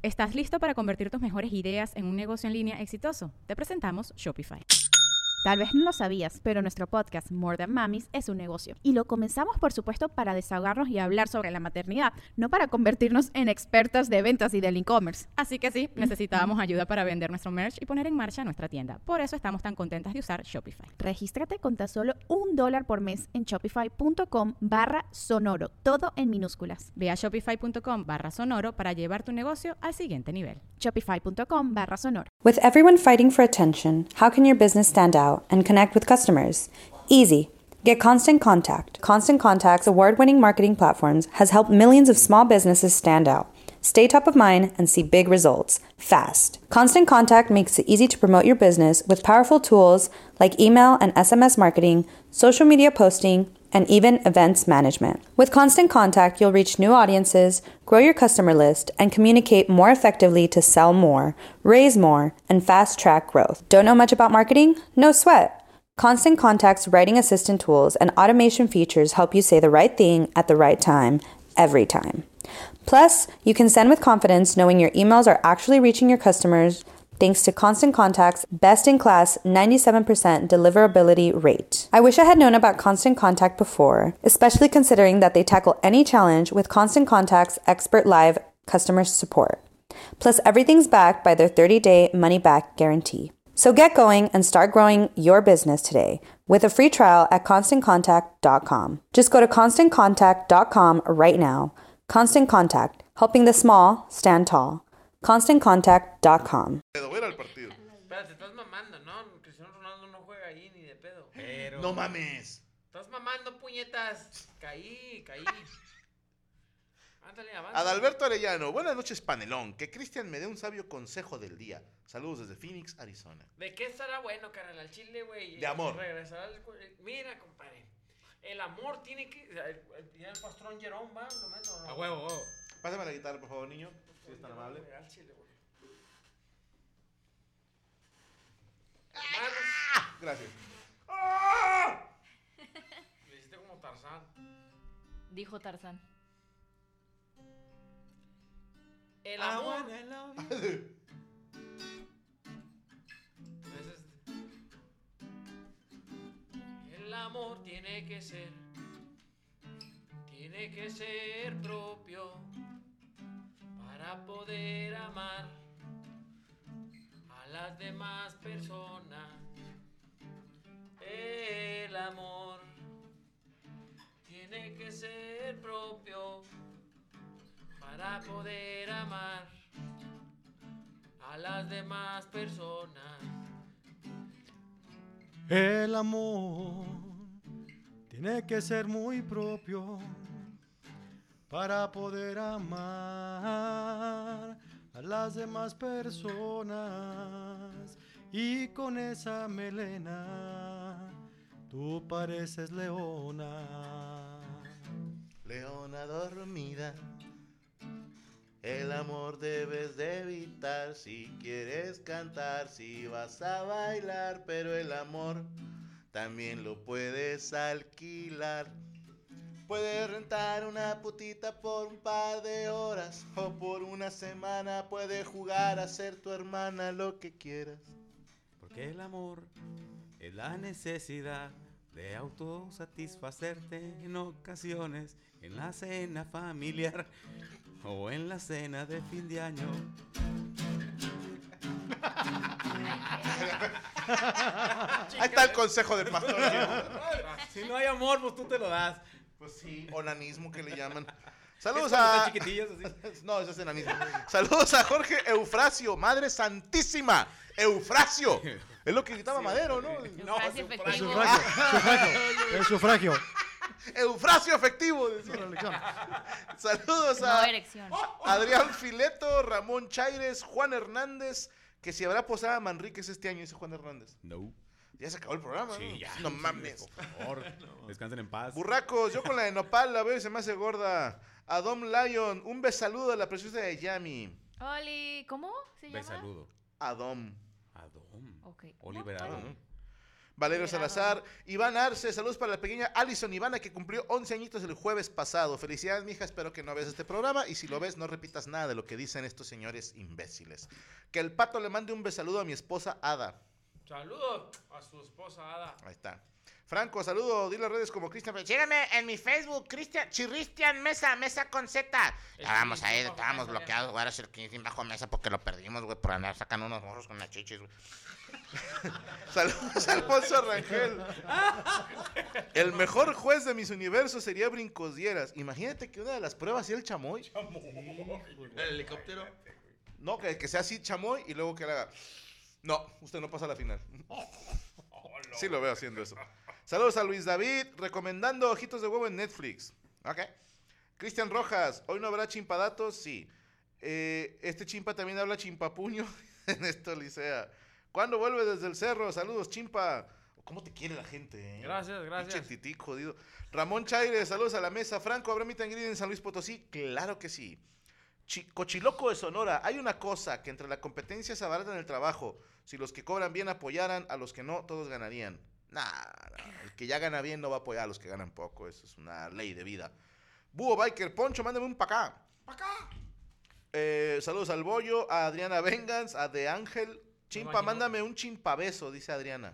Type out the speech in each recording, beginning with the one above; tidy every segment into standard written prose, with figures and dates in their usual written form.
¿Estás listo para convertir tus mejores ideas en un negocio en línea exitoso? Te presentamos Shopify. Tal vez no lo sabías, pero nuestro podcast More Than Mamis es un negocio. Y lo comenzamos, por supuesto, para desahogarnos y hablar sobre la maternidad, no para convertirnos en expertas de ventas y del e-commerce. Así que sí, necesitábamos ayuda para vender nuestro merch y poner en marcha nuestra tienda. Por eso estamos tan contentas de usar Shopify. Regístrate con tan solo $1 por mes en shopify.com/sonoro, todo en minúsculas. Ve a shopify.com/sonoro para llevar tu negocio al siguiente nivel. Shopify.com/sonoro. With everyone fighting for attention, how can your business stand out and connect with customers? Easy. Get Constant Contact. Constant Contact's award-winning marketing platforms has helped millions of small businesses stand out, stay top of mind, and see big results fast. Constant Contact makes it easy to promote your business with powerful tools like email and SMS marketing, social media posting, and even events management. With Constant Contact, you'll reach new audiences, grow your customer list, and communicate more effectively to sell more, raise more, and fast-track growth. Don't know much about marketing? No sweat. Constant Contact's writing assistant tools and automation features help you say the right thing at the right time, every time. Plus, you can send with confidence knowing your emails are actually reaching your customers thanks to Constant Contact's best-in-class 97% deliverability rate. I wish I had known about Constant Contact before, especially considering that they tackle any challenge with Constant Contact's expert live customer support. Plus, everything's backed by their 30-day money-back guarantee. So get going and start growing your business today with a free trial at ConstantContact.com. Just go to ConstantContact.com right now. Constant Contact, helping the small stand tall. ConstantContact.com. Era el partido. Espérate, estás mamando, ¿no? Cristiano Ronaldo no juega ahí ni de pedo. Pero... No mames. Estás mamando, puñetas. Caí. Ándale, avanza. Adalberto Arellano, buenas noches, panelón. Que Cristian me dé un sabio consejo del día. Saludos desde Phoenix, Arizona. ¿De qué estará bueno, carnal? Al chile, güey. De amor. Regresar al... Mira, compadre. El amor tiene que... Ya el patrón Jerón va, no me lo... A huevo. Pásame la guitarra, por favor, niño. Si es tan amable. Al chile, güey. Gracias. Me hiciste como Tarzán. Dijo Tarzán. El amor... El amor tiene que ser propio para poder amar a las demás personas. El amor tiene que ser propio para poder amar a las demás personas. El amor tiene que ser muy propio para poder amar a las demás personas. Y con esa melena tú pareces leona. Leona dormida. El amor debes de evitar si quieres cantar, si vas a bailar, pero el amor también lo puedes alquilar. Puedes rentar una putita por un par de horas o por una semana, puedes jugar a ser tu hermana, lo que quieras. Porque el amor es la necesidad de autosatisfacerte en ocasiones, en la cena familiar o en la cena de fin de año. Ahí está el consejo del pastor. Si no hay amor, pues tú te lo das. Pues sí, onanismo que le llaman. Saludos Es cuando a... están chiquitillos, así. No, eso es enanismo. Saludos a Jorge Eufrasio, Madre Santísima. Eufrasio. Es lo que gritaba Madero, ¿no? No, es efectivo. El sufragio. Eufrasio efectivo. Decía. Saludos a No erección. Adrián Fileto, Ramón Chaires, Juan Hernández. Que si habrá posada Manríquez este año, dice Juan Hernández. No. Ya se acabó el programa, Sí, ¿no? ya. No mames. Por favor, descansen en paz. Burracos, yo con la de Nopal la veo y se me hace gorda. Adom Lion, un besaludo a la preciosa de Yami. Oli, ¿cómo se llama? Besaludo. Adom. Adom. Ok. Oliver No, Adom. Valerio Qué grado. Salazar, Iván Arce, saludos para la pequeña Alison Ivana que cumplió 11 añitos el jueves pasado. Felicidades, mija, espero que no veas este programa y si lo ves no repitas nada de lo que dicen estos señores imbéciles. Que el pato le mande un besaludo a mi esposa Ada. Saludos a su esposa Ada. Ahí está. Franco, saludo, di las redes como Cristian. Sígueme en mi Facebook, Chirristian Mesa con Z. Ya vamos ahí, bajo estábamos mesa, bloqueados, güey, ahora es el Cristian bajo mesa porque lo perdimos, güey, por andar sacando unos morros con las chichis, güey. Saludos a Alfonso Rangel. El mejor juez de mis universos sería Brincos Dieras. Imagínate que una de las pruebas sea el chamoy. El helicóptero. No, que sea así chamoy y luego que le haga. No, usted no pasa a la final. Sí lo veo haciendo eso. Saludos a Luis David, recomendando Ojitos de Huevo en Netflix. Ok. Cristian Rojas, ¿hoy no habrá chimpadatos? Sí. Este chimpa también habla chimpapuño en esto, Licea. ¿Cuándo vuelve desde el cerro? Saludos, chimpa. ¿Cómo te quiere la gente, Gracias, gracias. Pinche tití, jodido. Ramón Chaire, saludos a la mesa. Franco, ¿habrá meet and greet en San Luis Potosí? Claro que sí. Cochiloco de Sonora, hay una cosa, que entre la competencia se abarata en el trabajo. Si los que cobran bien apoyaran, a los que no, todos ganarían. Nah, el que ya gana bien no va a apoyar a los que ganan poco. Eso es una ley de vida. Búho Biker, Poncho, mándame un pa' acá. Saludos al Bollo, a Adriana Vengans, a De Ángel. Chimpa, imagino. mándame un chimpabeso, dice Adriana.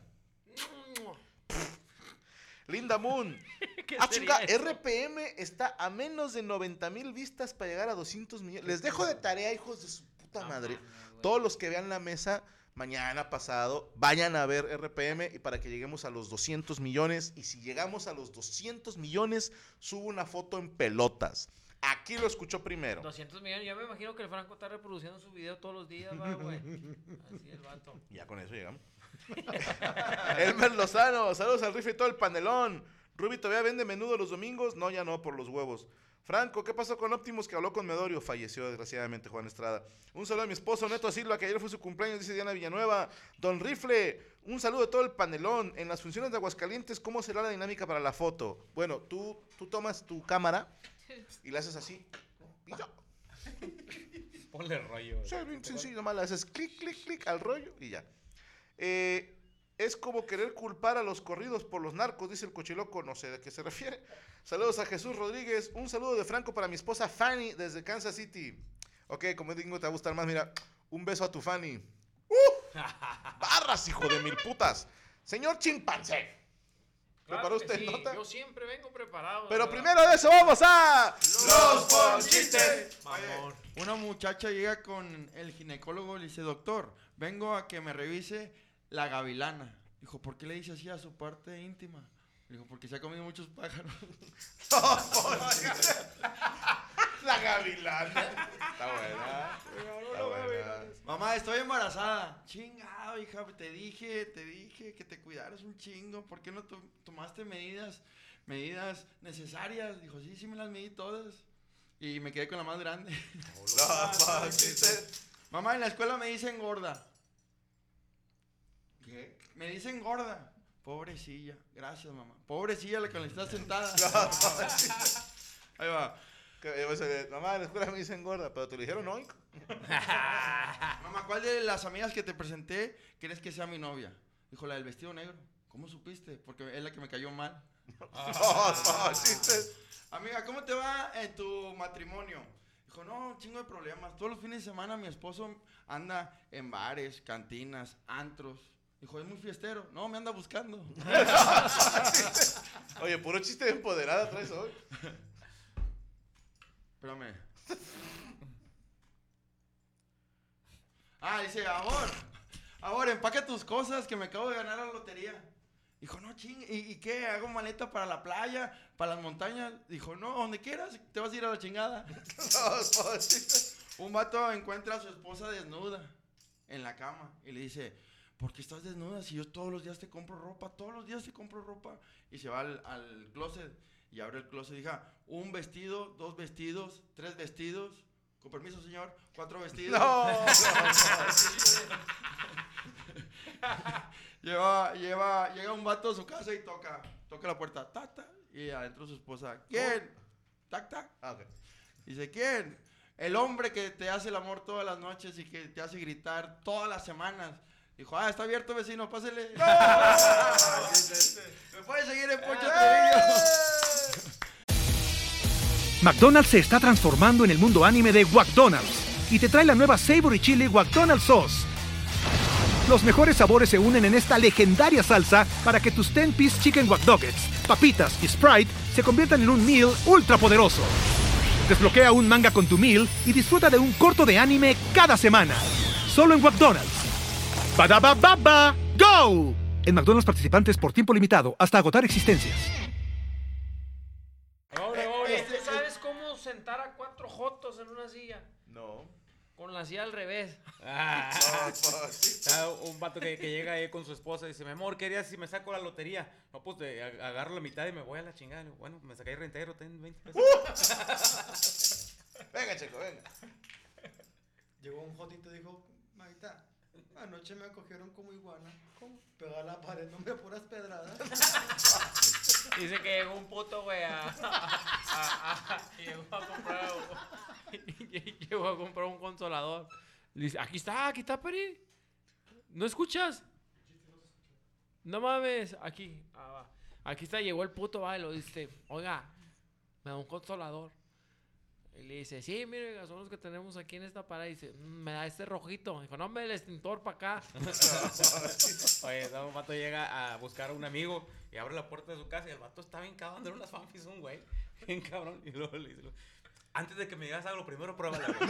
Linda Moon. ¿Qué Chinga, sería eso? RPM está a menos de 90,000 vistas para llegar a 200 millones. Les dejo de tarea, hijos de su puta madre. Todos los que vean la mesa mañana pasado, vayan a ver RPM y para que lleguemos a los 200 millones. Y si llegamos a los 200 millones, subo una foto en pelotas. Aquí lo escuchó primero. 200 millones. Yo me imagino que el Franco está reproduciendo su video todos los días, va, güey. Así el vato. Y ya con eso llegamos. Elmer Lozano, saludos al Rifle y todo el panelón. Ruby todavía vende menudo los domingos. No, ya no, por los huevos. Franco, ¿qué pasó con Optimus que habló con Medorio? Falleció desgraciadamente Juan Estrada. Un saludo a mi esposo Neto Silva, que ayer fue su cumpleaños, dice Diana Villanueva. Don Rifle, un saludo a todo el panelón. En las funciones de Aguascalientes, ¿cómo será la dinámica para la foto? Bueno, tú tomas tu cámara y la haces así. Y ya. Ponle rollo. Sí, bien sencillo, nomás le haces clic, clic, clic al rollo y ya. Es como querer culpar a los corridos por los narcos, dice el cochiloco, no sé de qué se refiere. Saludos a Jesús Rodríguez, un saludo de Franco para mi esposa Fanny desde Kansas City. Ok, como digo, te va a gustar más, mira, un beso a tu Fanny. Barras, hijo de mil putas. Señor chimpancé. Claro ¿Preparó que usted sí, nota? Yo siempre vengo preparado. Pero ¿verdad? primero de eso vamos a... ¡Los Ponchistes! Mamón. Una muchacha llega con el ginecólogo y le dice, doctor, vengo a que me revise la gavilana. Dijo, ¿por qué le dice así a su parte íntima? Dijo, porque se ha comido muchos pájaros. ¡Los Ponchistes! La gavilana. Está buena. Está buena. Mamá, estoy embarazada. Chingado, hija, te dije que te cuidaras un chingo. ¿Por qué no tomaste medidas necesarias? Dijo, sí, me las medí todas. Y me quedé con la más grande. Los Ponchistes. Mamá, en la escuela me dicen gorda. ¿Qué? Me dicen gorda. Pobrecilla. Gracias, mamá. Pobrecilla la que le está sentada. Ahí va. Mamá, en la escuela me dicen gorda, pero te lo dijeron hoy. Mamá, ¿cuál de las amigas que te presenté crees que sea mi novia? Dijo, la del vestido negro. ¿Cómo supiste? Porque es la que me cayó mal. Los Ponchistes. Amiga, ¿cómo te va en tu matrimonio? Dijo, no, un chingo de problemas. Todos los fines de semana mi esposo anda en bares, cantinas, antros. Dijo, es muy fiestero. No, me anda buscando. Oye, puro chiste de empoderada traes hoy. Espérame. Dice, amor, empaca tus cosas que me acabo de ganar la lotería. Dijo, no, ching, ¿y qué? ¿Hago maleta para la playa, para las montañas? Dijo, no, donde quieras, te vas a ir a la chingada. Los Ponchistes. Un vato encuentra a su esposa desnuda en la cama y le dice, ¿por qué estás desnuda si yo todos los días te compro ropa? Todos los días te compro ropa. Y se va al closet y abre el closet y dice, un vestido, 2 vestidos, 3 vestidos. Con permiso, señor, 4 vestidos. No. Llega un vato a su casa y toca la puerta, tac, tac, y adentro su esposa, ¿quién? Tac, tac. Ah, ok. Dice, ¿quién? El hombre que te hace el amor todas las noches y que te hace gritar todas las semanas. Dijo, está abierto, vecino, pásele. Me puede seguir en Poncho Treviño. McDonald's se está transformando en el mundo anime de McDonald's y te trae la nueva Savory Chili McDonald's Sauce. Los mejores sabores se unen en esta legendaria salsa para que tus 10-piece chicken wack nuggets, papitas y Sprite se conviertan en un meal ultra poderoso. Desbloquea un manga con tu meal y disfruta de un corto de anime cada semana. Solo en McDonald's. ¡Badabababa! ¡Go! En McDonald's participantes por tiempo limitado hasta agotar existencias. ¿Tú sabes cómo sentar a 4 jotos en una silla? No. Con la silla al revés. Un vato que llega ahí con su esposa y dice, mi amor, ¿qué harías si me saco la lotería? No, pues agarro la mitad y me voy a la chingada. Le digo, bueno, me saqué el reintegro, ten 20 pesos. Venga, Checo, venga. Llegó un jotito y dijo, Maita, anoche me cogieron como iguana. Pegada a la pared, no me puras pedradas. Dice que llegó un puto, güey, llegó a comprar un consolador. Le dice, aquí está, Peri. ¿No escuchas? No mames, aquí. Va. Aquí está, llegó el puto, va, y lo dice, oiga, me da un consolador. Y le dice, sí, mire, son los que tenemos aquí en esta parada. Y dice, me da este rojito. Dijo, no, me el extintor para acá. Oye, un vato llega a buscar a un amigo y abre la puerta de su casa y el vato está bien cabrón, de unas fanfis, un güey, bien cabrón. Y luego le dice, antes de que me digas algo, primero pruébala, güey.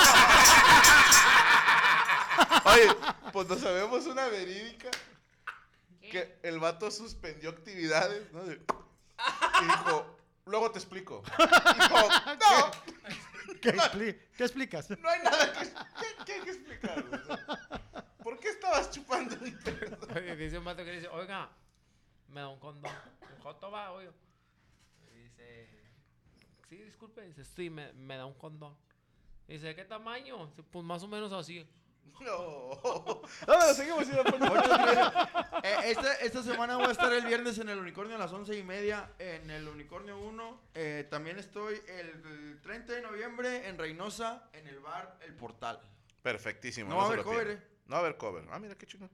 Oye, pues no sabemos una verídica. Que el vato suspendió actividades, ¿no? Y dijo, luego te explico. Dijo, no. ¿Qué explicas? No hay nada que explicar. O sea, ¿por qué estabas chupando un pedo? Oye, dice un vato que dice, oiga, me da un condón. Un joto va, oye. Y dice, sí, disculpe. Dice, sí, me da un condón. Dice, ¿de qué tamaño? Dice, pues más o menos así. No, seguimos yendo por Esta semana voy a estar el viernes en el Unicornio a las 11:30 en el Unicornio 1. También estoy el 30 de noviembre en Reynosa en el bar El Portal. Perfectísimo. No va a haber cover, No va a haber cover. Ah, mira qué chingón.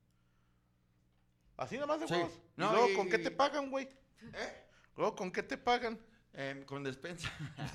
¿Así nada más de Sí. huevos? No, ¿Y luego con qué te pagan, güey? ¿Luego con qué te pagan? Con despensa.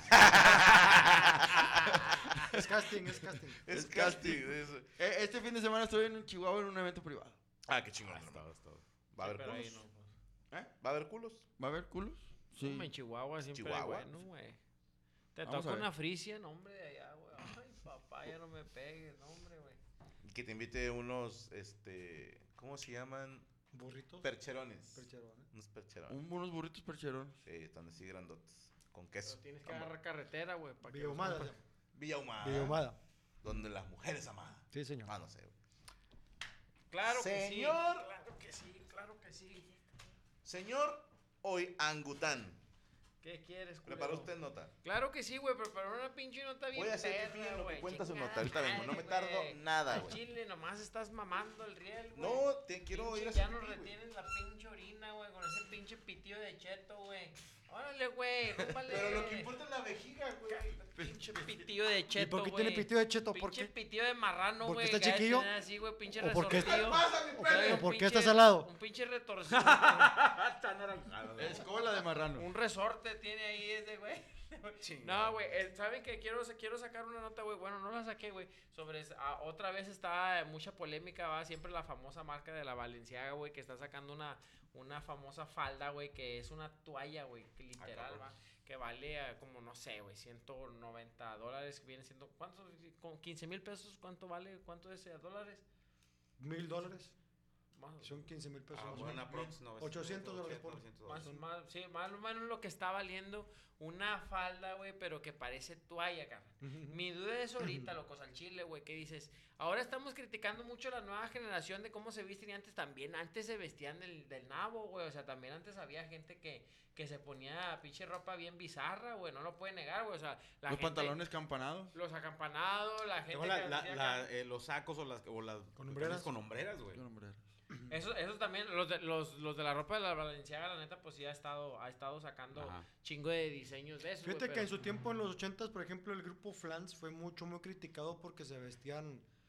Es casting. Es casting. Este fin de semana estoy en Chihuahua en un evento privado. Ah, qué chingón. ¿Va a haber Pero ahí culos? no, pues. ¿Va a haber culos? ¿Va a haber culos? Sí. En Chihuahua siempre Chihuahua. hay bueno, güey. Te Vamos a toca ver. una frisia, no, hombre, de allá, güey. Ay, papá, ya no me pegues, no, hombre, güey. Que te invite unos, ¿cómo se llaman? Burritos. Percherones. Percherones. Unos percherones. Unos burritos percherones. Sí, están así grandotes. Con queso. Pero tienes que agarrar carretera, güey. para que Villa los Humada. compres. Villa Humada. Villa Humada. Donde las mujeres amadas. Sí, señor. Ah, no sé. Claro Señor. que sí. Claro que sí, claro que sí. Señor Oyangután. ¿Qué quieres, culero? ¿Preparó usted nota? Claro que sí, güey, preparó una pinche nota bien Voy a hacer pipí en lo que cuenta su nota. Ahorita vengo. No me tardo nada, Al güey. chile, nomás estás mamando el riel, güey. No, quiero ir a Ya hacer nos pipí, güey. retienes la pinche orina, güey, con ese pinche pitillo de cheto, güey. Órale, güey, rómpale. Pero lo que importa es la vejiga, güey. Pinche pitillo de cheto, ¿Y por qué güey. tiene pitillo de cheto? ¿Por Pinche qué? pitillo de marrano, ¿Porque güey. está que ha de chiquillo? tener así, güey, pinche ¿O porque está- resortillo. ¡Pasa, mi Trae perro! un ¿Por qué pinche- está salado? Un pinche retorcido. Es cola de marrano. Un resorte tiene ahí ese, güey. No, güey, ¿saben qué? Quiero sacar una nota, güey. Bueno, no la saqué, güey. Sobre, otra vez está mucha polémica, va. Siempre la famosa marca de la Balenciaga, güey, que está sacando una famosa falda, güey, que es una toalla, güey, que literal, va. Que vale como, no sé, güey, $190, que viene siendo, ¿cuánto? Con 15,000 pesos, ¿cuánto vale? ¿Cuánto es dólares? $1,000. Más, Son 15,000 pesos. Ah, más o bueno, menos. aprox, 800 dólares por- sí, más o menos lo que está valiendo una falda, güey, pero que parece toalla, cara. Mi duda es ahorita, locos, al chile, güey, que dices, ahora estamos criticando mucho la nueva generación de cómo se visten y antes se vestían del nabo, güey, o sea, también antes había gente que se ponía pinche ropa bien bizarra, güey, no lo puede negar, güey, o sea, Los gente, pantalones campanados. los acampanados, la gente Tengo que hacía los sacos o las ¿Con hombreras? con hombreras, güey. Esos también, los de la ropa de la Balenciaga, la neta, pues sí ha estado sacando Ajá. chingo de diseños de eso. Fíjate que en su tiempo, en los 80s, por ejemplo, el grupo Flans fue muy criticado porque se vestían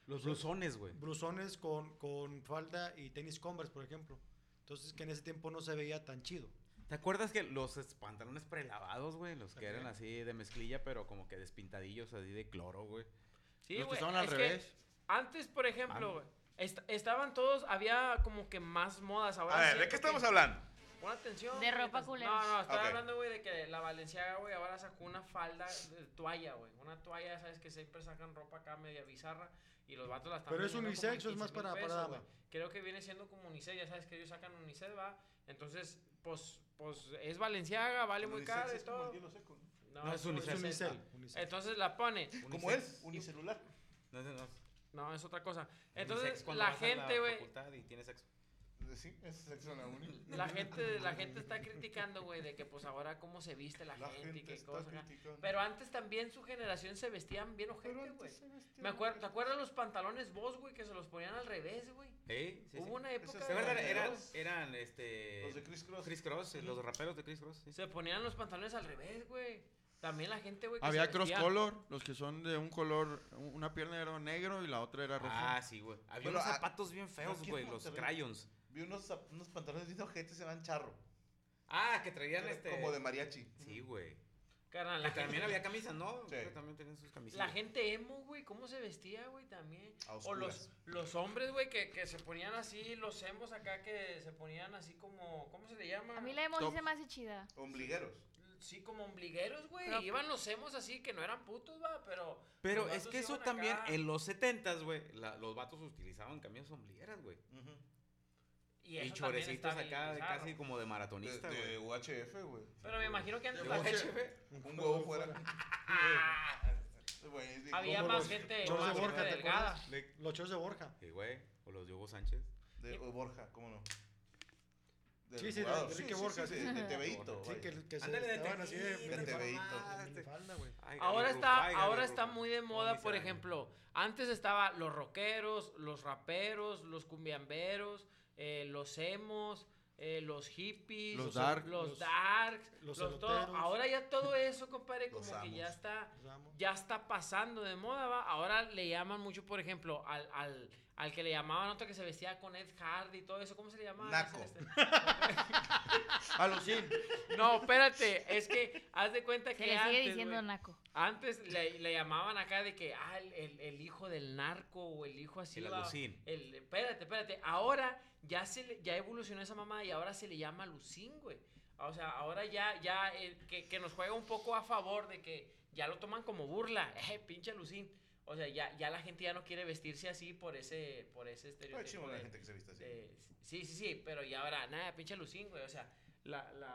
Los blusones, güey. Blusones con falda y tenis Converse, por ejemplo. Entonces, que en ese tiempo no se veía tan chido. ¿Te acuerdas que los pantalones prelavados, güey? Los que eran así de mezclilla, pero como que despintadillos, así de cloro, güey. Sí, Los que güey. estaban al es revés. que antes, por ejemplo, güey, estaban todos, había como que más modas. Ahora A ver, ¿de siento qué estamos que- hablando? Pon atención. De güey, ropa pues, culera. No, estoy Ok. hablando, güey, de que la Balenciaga, güey, ahora sacó una falda de toalla, güey. Una toalla, sabes que siempre sacan ropa acá media bizarra y los vatos la están ¿Pero es vendiendo unisex como o en es más 15,000 para pesos, dama? güey. Creo que viene siendo como unisex, ya sabes que ellos sacan unisex, va. Entonces, pues es Valenciaga, vale muy Unisex caro y es como todo. el hielo seco, ¿no? No, es unisex. Unicel. Entonces la pone. ¿Cómo es? Unicelular. No. No, es otra cosa. Unisex Entonces, cuando la vas a gente, güey, facultad y tienes sexo. Sí, es sexo en la uni. la gente está criticando, güey, de que pues ahora cómo se viste la gente y qué está cosas. acá. criticando. Pero antes también su generación se vestían bien Pero ojete, antes güey. se vestían Me acuerdo, ¿te acuerdas los pantalones Boss, güey, que se los ponían al revés, güey? Sí, sí. Hubo una época Esos De verdad, eran eran, los- eran Los de Chris Cross. Chris Cross, los raperos de Chris Cross. Sí. se ponían los pantalones al revés, güey. También la gente, güey, que Había se cross vestía- color, los que son de un color, una pierna era negro y la otra era rojo. Ah, sí, güey. Había Pero, unos zapatos bien feos, aquí en güey, los Monterrey. crayons. Vi unos pantalones bien ojetes, se llaman charro. Ah, que traían Como de mariachi. Sí, güey. Carnal, Que también había camisas, ¿no? Sí. Creo que también tenían sus camisas. La gente emo, güey, ¿cómo se vestía, güey, también? A O los, oscuras. los hombres, güey, que se ponían así, los emos acá que se ponían así como, ¿cómo se le llama? A mí la emo sí Top. se me hace chida. Ombligueros. Sí, como ombligueros, güey. Pero- Iban los emos así, que no eran putos, va, pero... Pero los es vatos que eso iban también, acá. en los 70s, güey, los vatos utilizaban camisas ombligueras, güey. Ujú. Y Y eso también chorecitos está bien acá, de bizarro. casi como de maratonista, De güey. UHF, güey. Pero me imagino que antes De la boxe. gente... Un huevo fuera. Había Como más los gente, shorts de más gente Borja, ¿te delgada. acuerdas? Los shorts de Borja. Sí, güey. O los de Hugo Sánchez. De Borja, ¿cómo no? Del Sí, sí, de jugador. Enrique Borja, sí. De Tebeito. Sí, vaya. que se Ándale, de estaban así de tequila, Tebeito. minifalda, güey. Ay, Ahora Gaby está, Rufo, ay, Gaby ahora Rufo. está muy de moda, Muy por miserable. ejemplo, antes estaba los rockeros, los raperos, los cumbiamberos, los emos, los hippies, Los dark. los darks, los todo. eloteros. Ahora ya todo eso, compadre, Los como que ya amos. está, Los amo. ya está pasando de moda, va. Ahora le llaman mucho, por ejemplo, al que le llamaban otro que se vestía con Ed Hardy y todo eso, ¿cómo se le llamaba? Naco. Alucin. No, espérate, es que haz de cuenta Se que le sigue antes, diciendo güey, naco. antes le llamaban acá de que, el hijo del narco o el hijo así. El va, alucín. Espérate. Ahora ya evolucionó esa mamá y ahora se le llama Lucín, güey. O sea, ahora ya que nos juega un poco a favor de que ya lo toman como burla. Pinche Lucín. O sea, ya la gente ya no quiere vestirse así por ese Ay, estereotipo. chingo la de- gente que se viste así. sí, pero ya ahora, nada, pinche Lucín, güey. O sea, Tu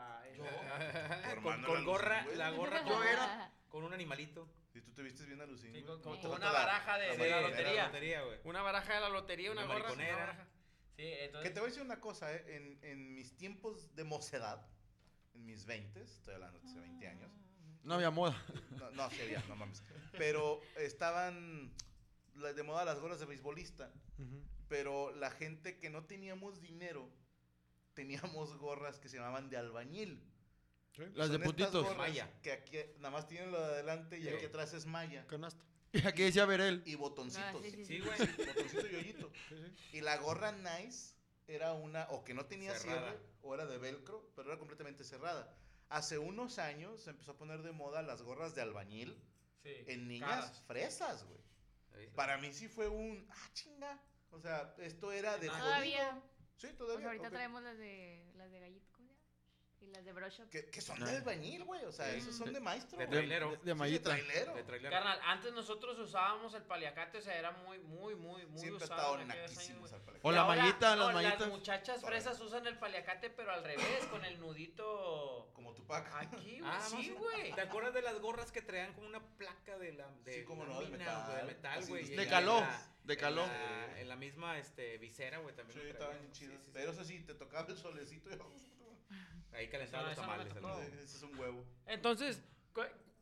con hermano con era gorra, Lucín, güey. la gorra Yo era- con un animalito. Y tú te vistes bien alucinado. sí, con Sí. una baraja de la Sí, lotería. lotería, güey. Una baraja de la lotería, una Una gorra. mariconera. Una baraja. Sí, Que entonces. te voy a decir una cosa, en mis tiempos de mocedad, en mis 20, estoy hablando de hace 20 años. No había moda. No, sí había, no mames. Pero estaban de moda las gorras de beisbolista. Ujú. Pero la gente que no teníamos dinero, teníamos gorras que se llamaban de albañil. Las de Son estas puntitos. gorras Malla. que aquí nada más tienen lo de adelante y Sí. aquí atrás es malla. Canasta. Y aquí decía Verel. Y botoncitos. Ah, sí, sí, Sí, sí. güey. Botoncito y hoyito. Sí, sí. Y la gorra nice era una, o que no tenía Cerrada. cierre, o era de velcro, pero era completamente cerrada. Hace unos años se empezó a poner de moda las gorras de albañil Sí, en niñas caras. fresas, güey. Sí. Para mí sí fue chinga. O sea, esto era de Todavía. jodido. Sí, Pues todavía. ahorita ok. traemos las de gallito, ¿cómo se llama? Y las de brush up. Que son de albañil, güey. O sea, esos son de maestro. De güey. trailero. De Sí, de mallita. trailero. De trailer. Carnal, antes nosotros usábamos el paliacate, o sea, era muy Siempre ha usado. estado en aquellos años, naquísimos güey. al parecer. O Y la ahora, mallita, no, las mallitas. Las muchachas fresas usan el paliacate, pero al revés, con el nudito Como Tupac. aquí, güey. Ah, sí, más o- güey. ¿Te acuerdas de las gorras que traían como una placa Sí, cómo no, de lámina, metal. güey, de metal, Así, güey? de y De en caló, la- de caló. En la misma visera, güey, también. Sí, lo estaban traían. chidos. Sí, sí, sí. Pero eso sí, te tocaba el solecito y Ahí calentaban No, los eso no me tamales. tocó. ¿no? ese es un huevo. Entonces,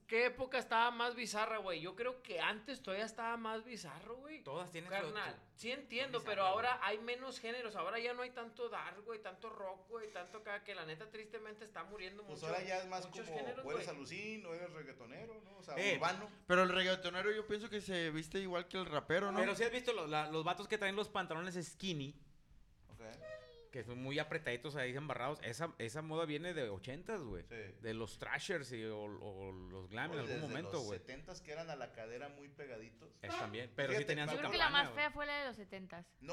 ¿qué época estaba más bizarra, güey? Yo creo que antes todavía estaba más bizarro, güey. Todas tienen Carnal, sí entiendo, bizarra, pero ahora güey. hay menos géneros. Ahora ya no hay tanto dark, güey, tanto rock, güey, tanto acá, que la neta tristemente está muriendo Pues mucho. ahora ya es más muchos como, géneros, o eres güey. alucin, o eres reggaetonero, ¿no? O sea, Eh, urbano. Pero el reggaetonero yo pienso que se viste igual que el rapero, ¿no? Pero si has visto los vatos que traen los pantalones skinny, Ok. que son muy apretaditos ahí embarrados, esa moda viene de 80s, güey. Sí. De los thrashers o los glam en Oye, algún desde momento, los güey. 70s que eran a la cadera muy pegaditos. Es también, pero sí Fíjate, tenían Yo su creo que la campana, más güey. fea fue la de los 70s. ¡No!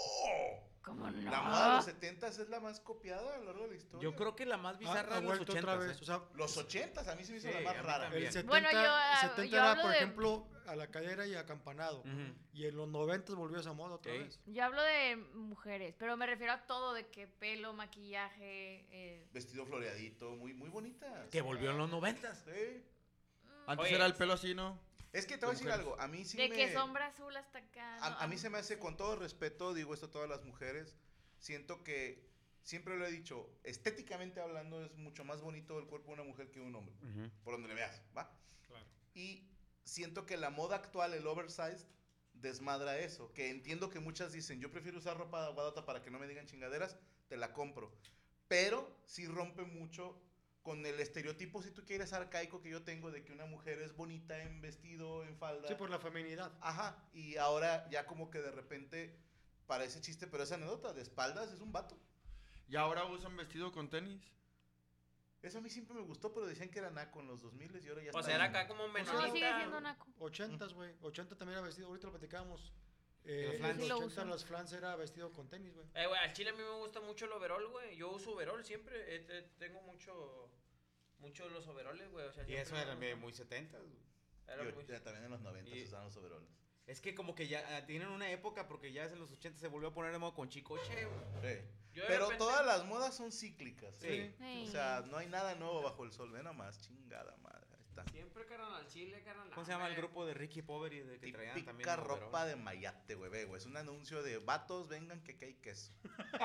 ¿Cómo no? La moda de los 70s es la más copiada a lo largo de la historia. Yo creo que la más bizarra Ha es los vuelto 80s. otra vez. O sea, Los 80s a mí se me hizo Sí, la a más mí rara. también. el 70, Bueno, yo 70 yo era, hablo por de- ejemplo, a la cadera y acampanado. Ujú. Y en los 90 volvió esa moda otra Sí. vez. Yo hablo de mujeres, pero me refiero a todo, de que pelo, maquillaje, Vestido floreadito, muy, muy bonita. Que volvió en los 90s. Sí. Antes Oye, era el pelo así, ¿no? Es que te voy a decir mujeres. algo. A mí sí de me... que sombra azul hasta acá. ¿no? A mí se me hace, con todo respeto, digo esto a todas las mujeres, siento que, siempre lo he dicho, estéticamente hablando es mucho más bonito el cuerpo de una mujer que de un hombre, por donde le veas, ¿va? Claro. Y siento que la moda actual, el oversized, desmadra eso, que entiendo que muchas dicen, yo prefiero usar ropa guadota para que no me digan chingaderas, te la compro, pero sí rompe mucho con el estereotipo, si tú quieres, arcaico que yo tengo de que una mujer es bonita en vestido, en falda. Sí, por la feminidad. Ajá, y ahora ya como que de repente parece chiste, pero esa anécdota de espaldas es un vato. Y ahora usan vestido con tenis. Eso a mí siempre me gustó, pero decían que era naco en los 2000 y ahora ya O está sea, era en- acá como No, menonita. sigue siendo naco. 80s, güey. 80 también era vestido. Ahorita lo platicábamos. Los En flans. los Sí lo 80 usan. los flans era vestido con tenis, güey. Güey, al chile a mí me gusta mucho el overall, güey. Yo uso overall siempre. Tengo mucho los overoles, güey. O sea, Y siempre eso me era gusta. muy 70s, güey. Era Yo- muy- ya también en los 90 Y- se usaban los overoles. Es que como que ya tienen una época, porque ya en los 80 se volvió a poner de moda con chicoche, güey. Sí. Yo de Pero repente- todas las modas son cíclicas. Sí. Sí. O sea, no hay nada nuevo bajo el sol. Ve nomás, chingada madre. Ahí está. Siempre carnal al chile, carnal. ¿Cómo se llama el hombre. grupo de Ricky Poveri de que traían también Típica overall? ropa de mayate, güey, ve, güey. Es un anuncio de vatos, vengan que aquí hay queso.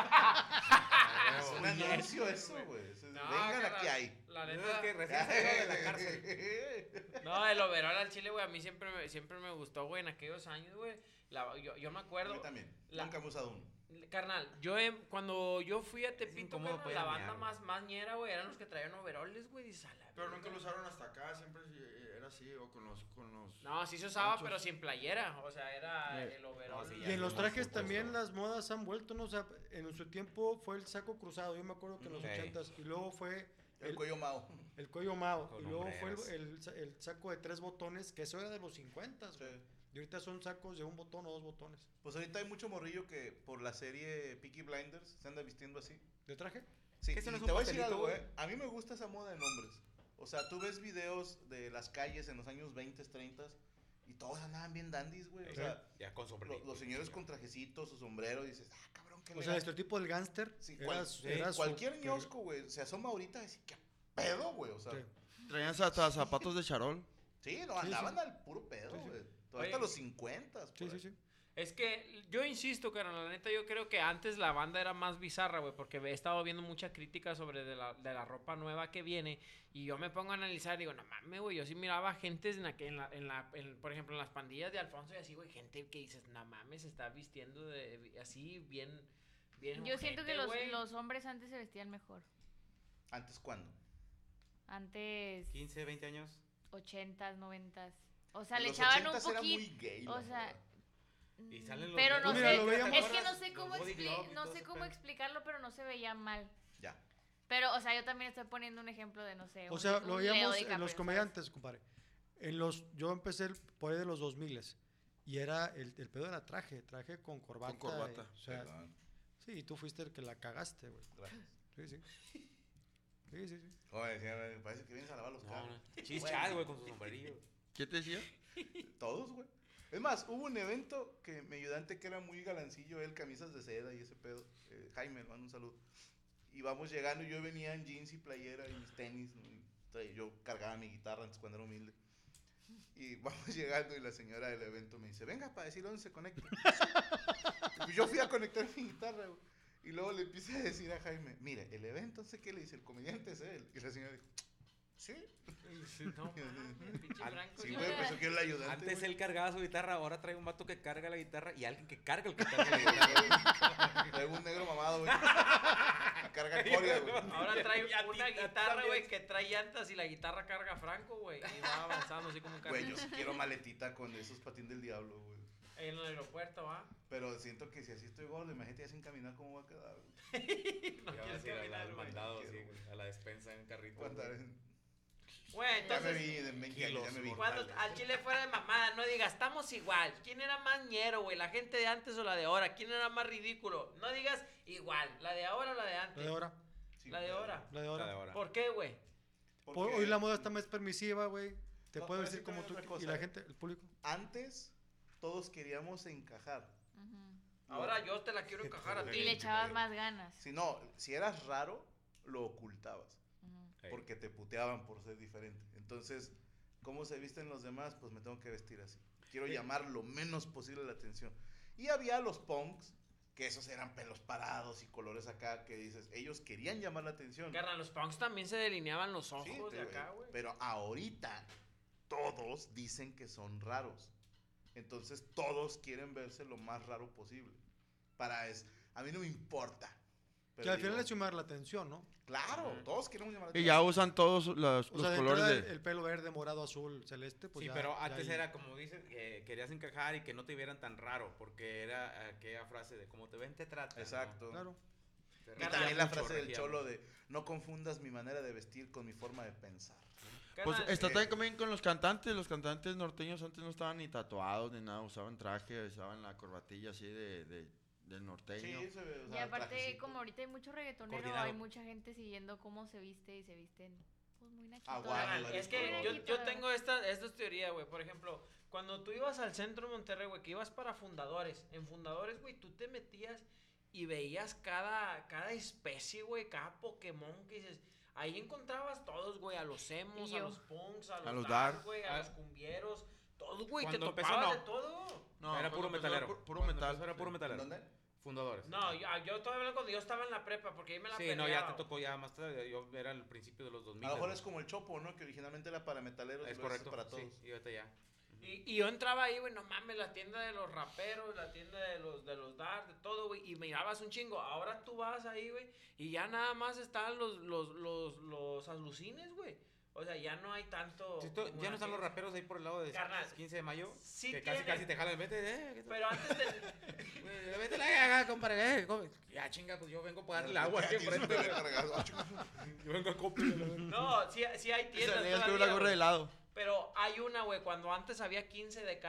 Ah, Es un huevo. anuncio eso, güey. No, Vengan, carnal, aquí hay. La Es neta. que recién salió de la cárcel. No, el overall al chile, güey. A mí siempre me gustó, güey, en aquellos años, güey. Yo me A acuerdo. mí también. La- Nunca me he usado uno. Carnal, cuando yo fui a Tepito, incómodo carnal, para la ir a banda mear, güey. más ñera, güey, eran los que traían overoles, güey. Dices, a la Pero verga. nunca lo usaron hasta acá, siempre era así, o con los... No, sí se usaba, Anchos. pero sin playera. O sea, era el overall. No, sí, Y ya en los no, trajes por también supuesto. las modas han vuelto, ¿no? O sea, en su tiempo fue el saco cruzado. Yo me acuerdo que en los Sí. 80s. Y luego fue El cuello mao. el cuello mao. Con Y luego fue hombreras. el saco de 3 botones, que eso era de los 50s, Sí. güey. Y ahorita son sacos de un botón o 2 botones. Pues ahorita hay mucho morrillo que por la serie Peaky Blinders se anda vistiendo así. ¿De traje? Sí, Que eso y no es te un voy a decir pastelito, algo, güey. A mí me gusta esa moda en hombres. O sea, tú ves videos de las calles en los años 20, 30 y todos andaban bien dandies, güey. O sea, Ya con sombrerito. los señores con trajecitos, su sombrero, y dices, ah, cabrón, qué O sea, el elegante. estereotipo del gángster Sí, era cualquier súper- ñosco, güey, se asoma ahorita y dice, qué pedo, güey. O sea, Sí. Traían hasta zapatos de charol. sí, no, Sí, andaban sí. al puro pedo, Sí, sí. güey. Todavía hasta Oye. los 50. Sí, sí, sí. Es que yo insisto, carnal, la neta, yo creo que antes la banda era más bizarra, güey, porque he estado viendo mucha crítica sobre de la ropa nueva que viene, y yo me pongo a analizar, digo, no mames, güey, yo sí miraba gente por ejemplo, en las pandillas de Alfonso y así, güey, gente que dices, no mames, se está vistiendo así, bien Yo siento que ojete, güey. los hombres antes se vestían mejor. ¿Antes cuándo? Antes 15, 20 años. 80s, 90s. O sea, En le los echaban un 80s era muy poquito. gay, la O sea, moda. Y salen los pero no Pues mira, sé, lo veíamos es ahora, que no sé los cómo body glove y no todo sé ese cómo pedo. explicarlo, pero no se veía mal. Ya. Pero, o sea, yo también estoy poniendo un ejemplo de, no sé, O un- sea, un lo Leo veíamos DiCaprio, en los ¿sabes? comediantes, compadre. Yo empecé por ahí de los 2000 y era el pedo era traje con corbata. Con corbata. O sea, Perdón. sí, y tú fuiste el que la cagaste, güey. Gracias. Sí, sí. Sí, sí, sí. Joder, sí, me parece que vienes a lavar los No, carros. no. Chichas, güey, con su sombrerillo. ¿Qué te decía? Todos, güey. Es más, hubo un evento que mi ayudante, que era muy galancillo, él, camisas de seda y ese pedo. Jaime, le mando un saludo. Y vamos llegando, y yo venía en jeans y playera y mis tenis, ¿no? Y yo cargaba mi guitarra antes cuando era humilde. Y vamos llegando y la señora del evento me dice, venga para decirle dónde se conecta. Y yo fui a conectar mi guitarra, güey. Y luego le empecé a decir a Jaime, mire, el evento, no sé qué, le dice, el comediante es él. Y la señora dijo, Sí. No mames, pinche Franco. Sí, güey, pensó que era el ayudante. Antes güey. él cargaba su guitarra, ahora trae un vato que carga la guitarra y alguien que carga el que carga la guitarra. Traigo un negro mamado, güey. Carga Coria, güey. Ahora trae una guitarra, güey, que trae llantas y la guitarra carga Franco, güey. Y va avanzando así como un Güey, carro. yo sí quiero maletita con esos patines del diablo, güey. En el aeropuerto, ¿va? Pero siento que si así estoy gordo, imagínate ya sin caminar cómo va a quedar, güey. No Ya quieres vas a ir caminar, al güey. mandado, Quiero, sí, güey, a la despensa en carrito. Voy a andar güey. en- Güey, Ya me entonces, vi en 20 años, ya me vi. cuando al chile fuera de mamada, no digas, estamos igual. ¿Quién era más ñero, güey? ¿La gente de antes o la de ahora? ¿Quién era más ridículo? No digas igual, ¿la de ahora o la de antes? La de ahora. Sí, La de pero- ahora. La de La de ahora. ahora. ¿Por qué, güey? porque Hoy la moda está más permisiva, güey. Te No, puedes pero decir sí como tú. también otra Y cosa, la ¿eh? gente, el público. Antes todos queríamos encajar. Ahora yo te la quiero encajar a Y ti. le echabas más ganas. Si no, si eras raro, lo ocultabas. Ey. Porque te puteaban por ser diferente. Entonces, ¿cómo se visten los demás? Pues me tengo que vestir así. Quiero llamar lo menos posible la atención. Y había los punks, que esos eran pelos parados y colores acá, que dices, ellos querían llamar la atención. Carnal, los punks también se delineaban los ojos Sí, de acá, güey. pero ahorita todos dicen que son raros. Entonces todos quieren verse lo más raro posible. A mí no me importa. Que Pero al final digo, es llamar la atención, ¿no? claro, todos queremos llamar la Y atención. ya usan todos los O sea, de colores entrada, de... el pelo verde, morado, azul, celeste, pues Sí, ya. pero ya antes ahí- era como dices, querías encajar y que no te vieran tan raro, porque era aquella frase de como te ven te tratan. ¿no? Exacto. Claro. Te Y regían también la mucho, frase del regían cholo mucho. de no confundas mi manera de vestir con mi forma de pensar. Pues Carnal, está también con los cantantes norteños antes no estaban ni tatuados ni nada, usaban traje, usaban la corbatilla así del norteño. Sí, se ve, o Y sea, aparte, trajecito. como ahorita hay mucho reggaetonero, Coordinado. hay mucha gente siguiendo cómo se viste y se visten pues muy naquito. Aguado, Carnal, varios es que colores. yo tengo esta teoría, güey. Por ejemplo, cuando tú ibas al centro de Monterrey, güey, que ibas para fundadores. En fundadores, güey, tú te metías y veías cada especie, güey, cada Pokémon que dices. Ahí encontrabas todos, güey, a los emos, Y a yo. los punks, a A los los dark, dark. güey, a los cumbieros. Todos, güey, te Cuando empezó, topabas no. de todo. No, era cuando puro empezó metalero. puro Cuando metal. empezó era puro sí. metalero. ¿Dónde? Fundadores. No, yo todavía hablando cuando yo estaba en la prepa, porque ahí me la Sí, no, ya peleaba. te tocó ya más tarde. Yo era el principio de los 2000. A lo mejor güey. es como el Chopo, ¿no? Que originalmente era para metaleros y Es luego correcto. para todos. Sí, y ahorita ya. Y yo entraba ahí, güey, no mames, la tienda de los raperos, la tienda de los dark, de todo, güey, y mirabas un chingo. Ahora tú vas ahí, güey, y ya nada más están los alucines, güey. O sea, ya no hay tanto... Sí, como ya no están los aquellos. raperos ahí por el lado de Carnal, 15 de mayo. sí que tiene. casi te jalan. Vete, ¿qué tal? Pero antes de... Vete la caga, compadre. Ya, chinga, pues yo vengo a pagarle el agua aquí Tienes enfrente. un bebé cargado. Ah, chinga. Yo vengo a copiar. No, sí hay Y tiendas salías con todavía, una gorra güey. de helado. Pero hay una, güey, cuando antes había 15 de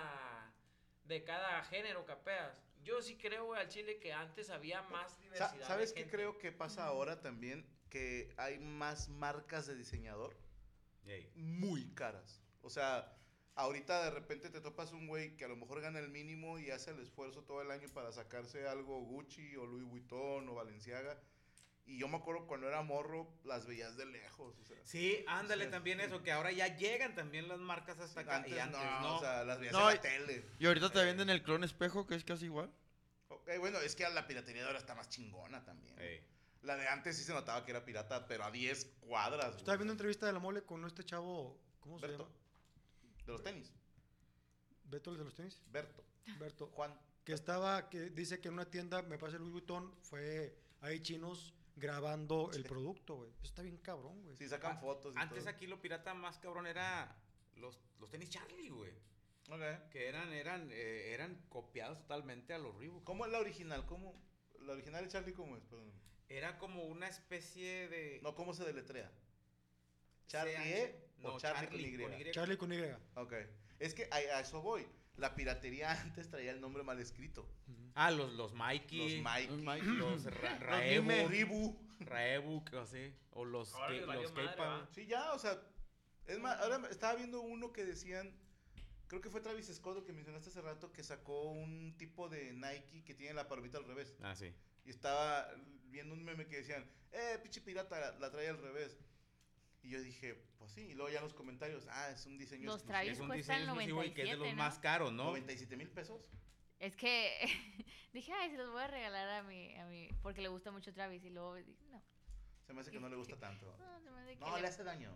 cada género, capeas. Yo sí creo, güey, al chile que antes había más diversidad. ¿Sabes de qué gente. creo que pasa ahora también? Que hay más marcas de diseñador muy caras. O sea, ahorita de repente te topas un güey que a lo mejor gana el mínimo y hace el esfuerzo todo el año para sacarse algo Gucci o Louis Vuitton o Balenciaga. Y yo me acuerdo cuando era morro, las veías de lejos. O sea, Sí, ándale Sí. también eso, que ahora ya llegan también las marcas hasta acá. antes, y antes no, no. o sea, las veías No, en la tele. Y ahorita te venden el clon espejo que es casi igual. Ok, bueno, es que la piratería de ahora está más chingona también. Ey. La de antes sí se notaba que era pirata, pero a 10 cuadras. güey. Estaba viendo una entrevista de la mole con este chavo. ¿Cómo se Berto. llama? De los tenis. Beto, el de los tenis. Berto. Berto. Juan. Que dice que en una tienda, me parece Louis Vuitton, hay chinos grabando el producto, güey. Eso está bien cabrón, güey. Sí, sacan fotos y Antes todo. aquí lo pirata más cabrón era los tenis Charlie, güey. Ok. Que eran copiados totalmente a los Reebok. ¿Cómo es la original? ¿Cómo? La original de Charlie, ¿cómo es? Perdón. Era como una especie de... No, ¿cómo se deletrea? ¿Charlie CH? o Charlie con Y? Charlie con Y. Ok. Es que a eso voy. La piratería antes traía el nombre mal escrito. Ah, los Mikey. Los Mikey. Los Dime, Raebook. Ribu. Raebook, así. O los Ahora les valió madre, K-Pop. ¿va? Sí, ya, o sea. Es más, ahora estaba viendo uno que decían. Creo que fue Travis Scott el que mencionaste hace rato, que sacó un tipo de Nike que tiene la palomita al revés. Ah, sí. Y estaba viendo un meme que decían, pinche pirata, la trae al revés. Y yo dije, pues sí. Y luego ya en los comentarios, es un diseño Los exclusivo. Travis Es un cuestan diseño exclusivo y que es de los 97, ¿no? más caros, ¿no? 97,000 pesos. Es que dije, se los voy a regalar a mi, porque le gusta mucho Travis. Y luego dije, no. Se me hace que no le gusta tanto. No, se me hace que No, le hace daño.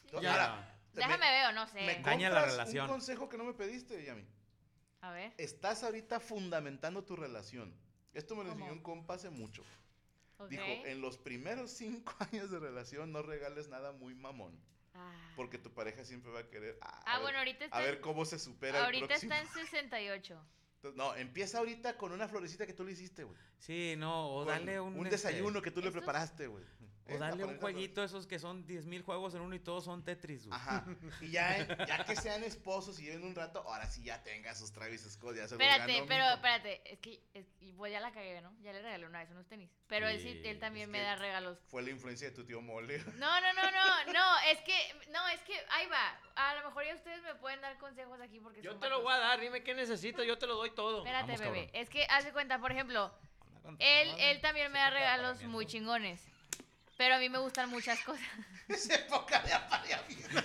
Déjame veo, no sé. Me Daña la compras relación. un consejo que no me pediste, Yami. A ver. Estás ahorita fundamentando tu relación. Esto me lo enseñó ¿Cómo? un compa hace mucho. Ok. Dijo, en los primeros 5 años de relación no regales nada muy mamón. Porque tu pareja siempre va a querer... Bueno, ahorita está... A ver cómo se supera Ahorita el próximo. está en 68. Entonces, no, empieza ahorita con una florecita que tú le hiciste, güey. Sí, no, o Con dale un desayuno que tú le ¿Estos? preparaste, güey. O dale un jueguito esos que son 10,000 juegos en uno y todos son Tetris, güey. Ajá. Y ya que sean esposos y lleven un rato, ahora sí ya tenga sus Travis Scott, ya se los Espérate, ganó, pero mijo. espérate, es que pues ya la cagué, ¿no? Ya le regalé una vez unos tenis. Pero él Es también me que da regalos. Fue la influencia de tu tío Mole. No, es que ahí va. A lo mejor ya ustedes me pueden dar consejos aquí porque Yo son te lo vatos. voy a dar, dime qué necesitas, yo te lo doy todo. Espérate, Vamos, bebé. cabrón. Es que hace cuenta, por ejemplo, él también me da regalos muy chingones. Pero a mí me gustan muchas cosas. Es época de apareamiento.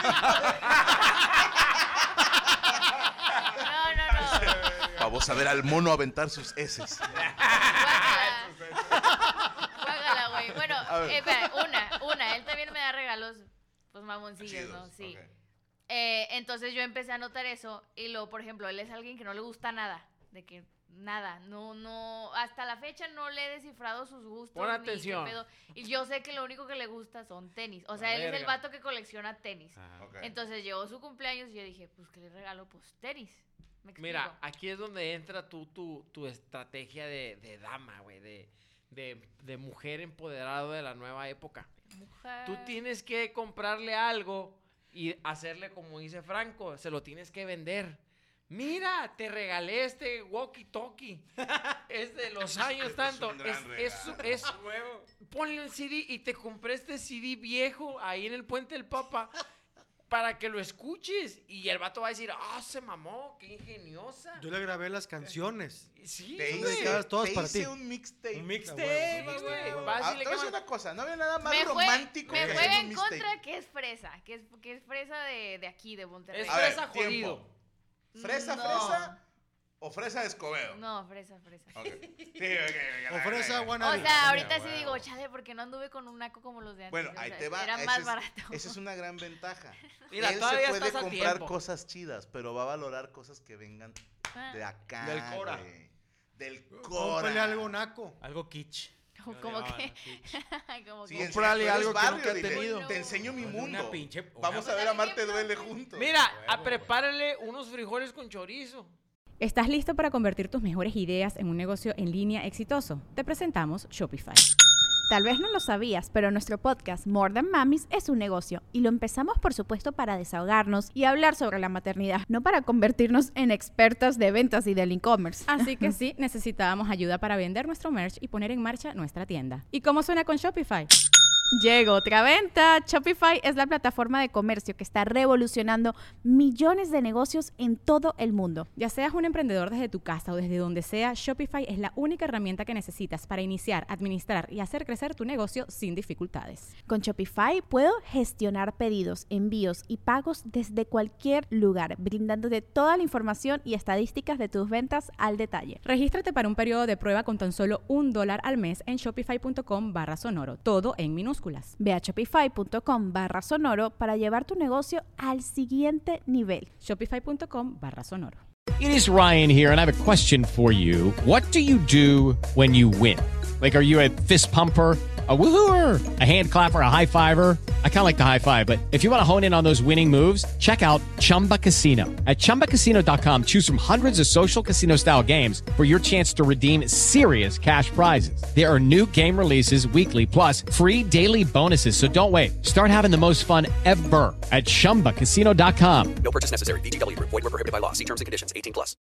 No. Vamos a ver al mono aventar sus heces. Guácala, güey. Bueno, A ver. espera, una. Él también me da regalos, pues mamoncillos, ¿no? Chidos, Sí. ok. Entonces yo empecé a notar eso. Y luego, por ejemplo, él es alguien que no le gusta nada. De que nada, no, hasta la fecha no le he descifrado sus gustos. Pon ni atención. qué pedo. Y yo sé que lo único que le gusta son tenis. O sea, La él es el verga. vato que colecciona tenis. Ajá. Ok. Entonces llegó su cumpleaños y yo dije, pues, ¿qué le regalo? Pues tenis. ¿Me explico? Mira, aquí es donde entra tu estrategia de dama, güey, de mujer empoderado de la nueva época. Mujer. Tú tienes que comprarle algo y hacerle como dice Franco, se lo tienes que vender. Mira, te regalé este walkie-talkie. Es de los años tanto. un gran Es nuevo. Ponle el CD y te compré este CD viejo ahí en el Puente del Papa para que lo escuches. Y el vato va a decir, se mamó, qué ingeniosa. Yo le grabé las canciones. Sí, Te Son güey. dedicadas todas te para hice ti. un mixtape. Un mixtape, Sí, güey. Vas y Te le voy a decir quemas- una cosa, no había nada más Me romántico juega que en hacer un mixtape. contra que es fresa, que es fresa de aquí, de Monterrey. Es A ver, fresa tiempo. jodido. ¿Fresa, No. fresa o fresa de Escobedo? No, fresa. Ok. Sí, ok. O fresa O wannabe. sea, ahorita sí huevo. digo, chale, porque no anduve con un naco como los de antes. Bueno, O ahí sea, te va. Era esa más es- barato. Esa es una gran ventaja. Mira, Él todavía se puede estás a comprar tiempo. cosas chidas, pero va a valorar cosas que vengan Ah, de acá. Del Cora. güey. Del Cómprale Cora. algo naco. Algo kitsch. como que. como Sí, que. enseña- Cómprale tú eres algo que nunca barrio, ha dile, tenido. Te enseño mi Una mundo. pinche- Vamos una- a ver a Marte Duele juntos. Mira, Huevo, prepárale unos frijoles con chorizo. ¿Estás listo para convertir tus mejores ideas en un negocio en línea exitoso? Te presentamos Shopify. Tal vez no lo sabías, pero nuestro podcast More Than Mamis es un negocio y lo empezamos por supuesto para desahogarnos y hablar sobre la maternidad, no para convertirnos en expertas de ventas y del e-commerce. Así que sí, necesitábamos ayuda para vender nuestro merch y poner en marcha nuestra tienda. ¿Y cómo suena con Shopify? Llegó otra venta. Shopify es la plataforma de comercio que está revolucionando millones de negocios en todo el mundo. Ya seas un emprendedor desde tu casa o desde donde sea, Shopify es la única herramienta que necesitas para iniciar, administrar y hacer crecer tu negocio sin dificultades. Con Shopify puedo gestionar pedidos, envíos y pagos desde cualquier lugar, brindándote toda la información y estadísticas de tus ventas al detalle. Regístrate para un periodo de prueba con tan solo $1 al mes en shopify.com/sonoro, todo en minúsculas. Ve a shopify.com/sonoro para llevar tu negocio al siguiente nivel. Shopify.com/sonoro. It is Ryan here, and I have a question for you. What do you do when you win? Like, are you a fist pumper, a woohooer, a hand clapper, a high fiver? I kind of like the high five, but if you want to hone in on those winning moves, check out Chumba Casino. At ChumbaCasino.com, choose from hundreds of social casino-style games for your chance to redeem serious cash prizes. There are new game releases weekly, plus free daily bonuses. So don't wait. Start having the most fun ever at ChumbaCasino.com. No purchase necessary. VGW Group. Void where prohibited by law. See terms and conditions. 18+.